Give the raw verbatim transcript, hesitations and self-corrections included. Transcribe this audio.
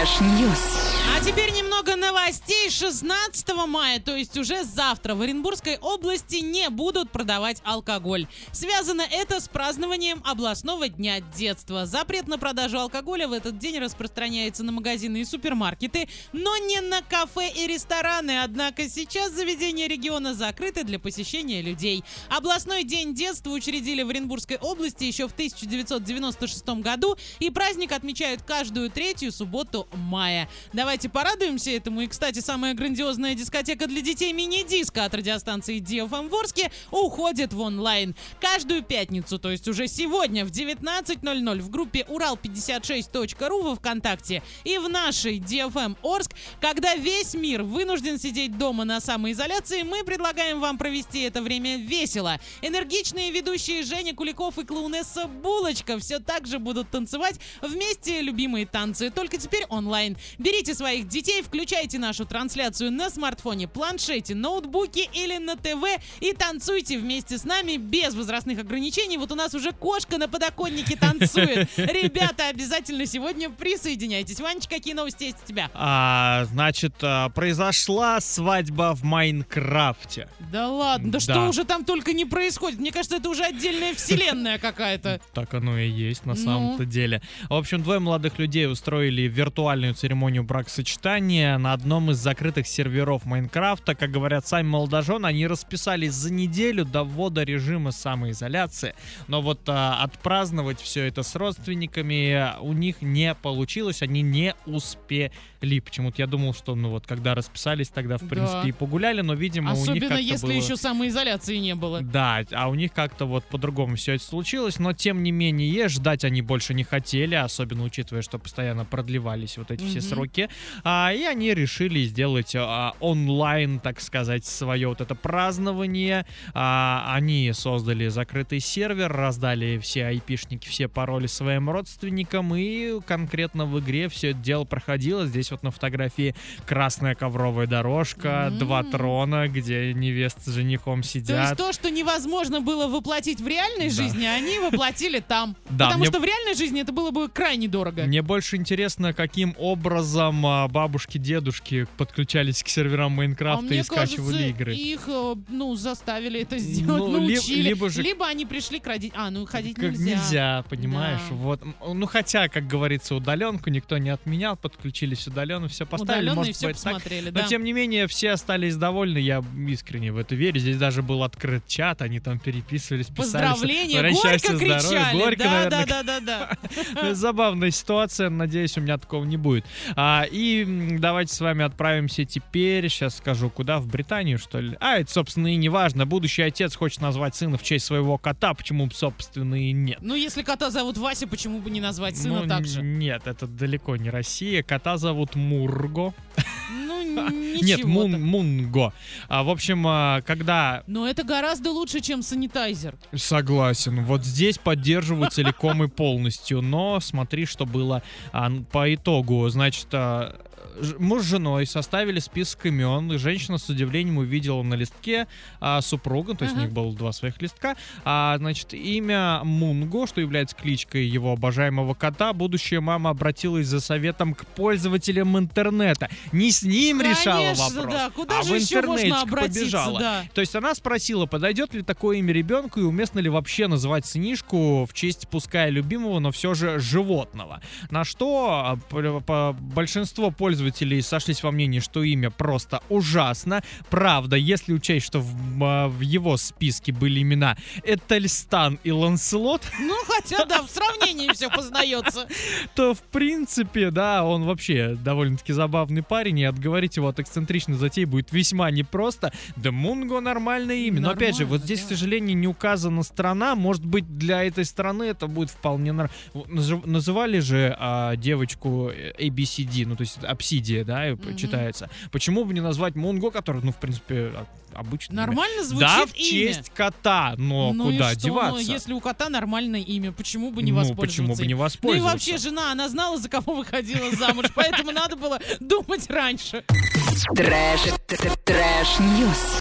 Трэш-ньюс. А теперь немного новостей. шестнадцатого мая, то есть уже завтра, в Оренбургской области не будут продавать алкоголь. Связано это с празднованием областного дня детства. Запрет на продажу алкоголя в этот день распространяется на магазины и супермаркеты, но не на кафе и рестораны. Однако сейчас заведения региона закрыты для посещения людей. Областной день детства учредили в Оренбургской области еще в тысяча девятьсот девяносто шестом году, и праздник отмечают каждую третью субботу мая. Давайте порадуемся этому. И, кстати, самая грандиозная дискотека для детей «Мини-диско» от радиостанции ди эф эм в Орске уходит в онлайн. Каждую пятницу, то есть уже сегодня в девятнадцать ноль ноль в группе урал пятьдесят шесть точка ру во ВКонтакте и в нашей ди эф эм Орск, когда весь мир вынужден сидеть дома на самоизоляции, мы предлагаем вам провести это время весело. Энергичные ведущие Женя Куликов и клоунесса Булочка все так же будут танцевать вместе любимые танцы, только теперь онлайн. Берите своих детей, включайте нашу трансляцию на смартфоне, планшете, ноутбуке или на ТВ и танцуйте вместе с нами без возрастных ограничений. Вот у нас уже кошка на подоконнике танцует. Ребята, обязательно сегодня присоединяйтесь. Ванечка, какие новости есть у тебя? А, значит, произошла свадьба в Майнкрафте. Да ладно, да, Да. что уже там только не происходит? Мне кажется, это уже отдельная вселенная какая-то. Так оно и есть на Ну. самом-то деле. В общем, двое молодых людей устроили виртуальную церемонию бракосочетания на одном из закрытых серверов Майнкрафта. Как говорят сами молодожены, они расписались за неделю до ввода режима самоизоляции. Но вот а, отпраздновать все это с родственниками у них не получилось, они не успели. Почему-то я думал, что ну вот когда расписались, тогда в Да. принципе и погуляли, но видимо у них Особенно как-то если было... еще самоизоляции не было. Да, а у них как-то вот по-другому все это случилось, но тем не менее ждать они больше не хотели, особенно учитывая, что постоянно продлевались вот эти все Мгм. сроки, а, и они решили сделать а, онлайн, так сказать, свое вот это празднование. А, они создали закрытый сервер, раздали все айпишники, все пароли своим родственникам, и конкретно в игре все это дело проходило. Здесь вот на фотографии красная ковровая дорожка, М. два трона, где невеста с женихом То сидят. есть то, что невозможно было воплотить в реальной Да. жизни, они воплотили там. Да, Потому мне- что в реальной жизни это было бы крайне дорого. Мне больше интересно, каким образом а, бабушки, дедушки подключались к серверам А Майнкрафта мне и скачивали кажется, игры. их, э, ну, заставили это сделать, Ну, ли- научили. либо же- они пришли к родителям. А, ну, ходить Как нельзя. нельзя, понимаешь? Да. Вот. М, Ну, хотя, как говорится, удаленку никто не отменял, подключились удаленно, все поставили, Удаленно и может все быть так. посмотрели, Но, да. тем не менее, все остались довольны, я искренне в это верю. Здесь даже был открыт чат, они там переписывались, писали. Поздравления, Говорят, горько счастья, здоровья. кричали. Горько, да, наверное, да, да, да, да. Забавная ситуация, надеюсь, у меня такого не будет. А, и м, давайте с вами отправимся теперь, сейчас скажу, куда, в Британию, что ли? А, это, собственно, и не важно. Будущий отец хочет назвать сына в честь своего кота, почему, собственно, и нет. Ну, если кота зовут Вася, почему бы не назвать сына Ну, так же? Нет, это далеко не Россия. Кота зовут Мурго. Ну, ничего. Нет, Мун, Мунго. А, в общем, а, когда... Но это гораздо лучше, чем санитайзер. Согласен. Вот здесь поддерживаю целиком и полностью. Но смотри, что было а, по итогу. Значит, а, ж- муж с женой составили список имен. И женщина с удивлением увидела на листке а, супруга, то есть Ага. у них было два своих листка. А, значит, имя Мунго, что является кличкой его обожаемого кота. Будущая мама обратилась за советом к пользователям интернета. Не с ним решала Конечно, вопрос, да. Куда а же в еще можно интернетик обратиться, побежала. да. То есть она спросила, подойдет ли такое имя ребенку и уместно ли вообще называть сынишку в честь, пускай любимого, но все же животного. На что а, по- по- большинство пользователей сошлись во мнении, что имя просто ужасно. Правда, если учесть, что в, а, в его списке были имена Этельстан и Ланселот, Ну, хотя, да, в сравнении все познается. то в принципе, да, он вообще довольно-таки забавный парень, и отговорить его от эксцентричной затеи будет весьма непросто. Да Мунго нормальное имя. Но опять же, вот Нормально, здесь, да. к сожалению, не указана страна. Может быть, для этой страны это будет вполне нормально. Называли же а, девочку эй би си ди, ну то есть Обсидия, да, и Мгм. читается. Почему бы не назвать Мунго, который, ну, в принципе, а- обычно. Нормально звучит Да, в имя. честь кота, но Ну и куда что? деваться? Ну, если у кота нормальное имя, почему бы не Ну, воспользоваться почему бы им? не Ну и воспользоваться? вообще, жена, она знала, за кого выходила замуж, поэтому надо было думать раньше. Трэш, трэш-ньюс.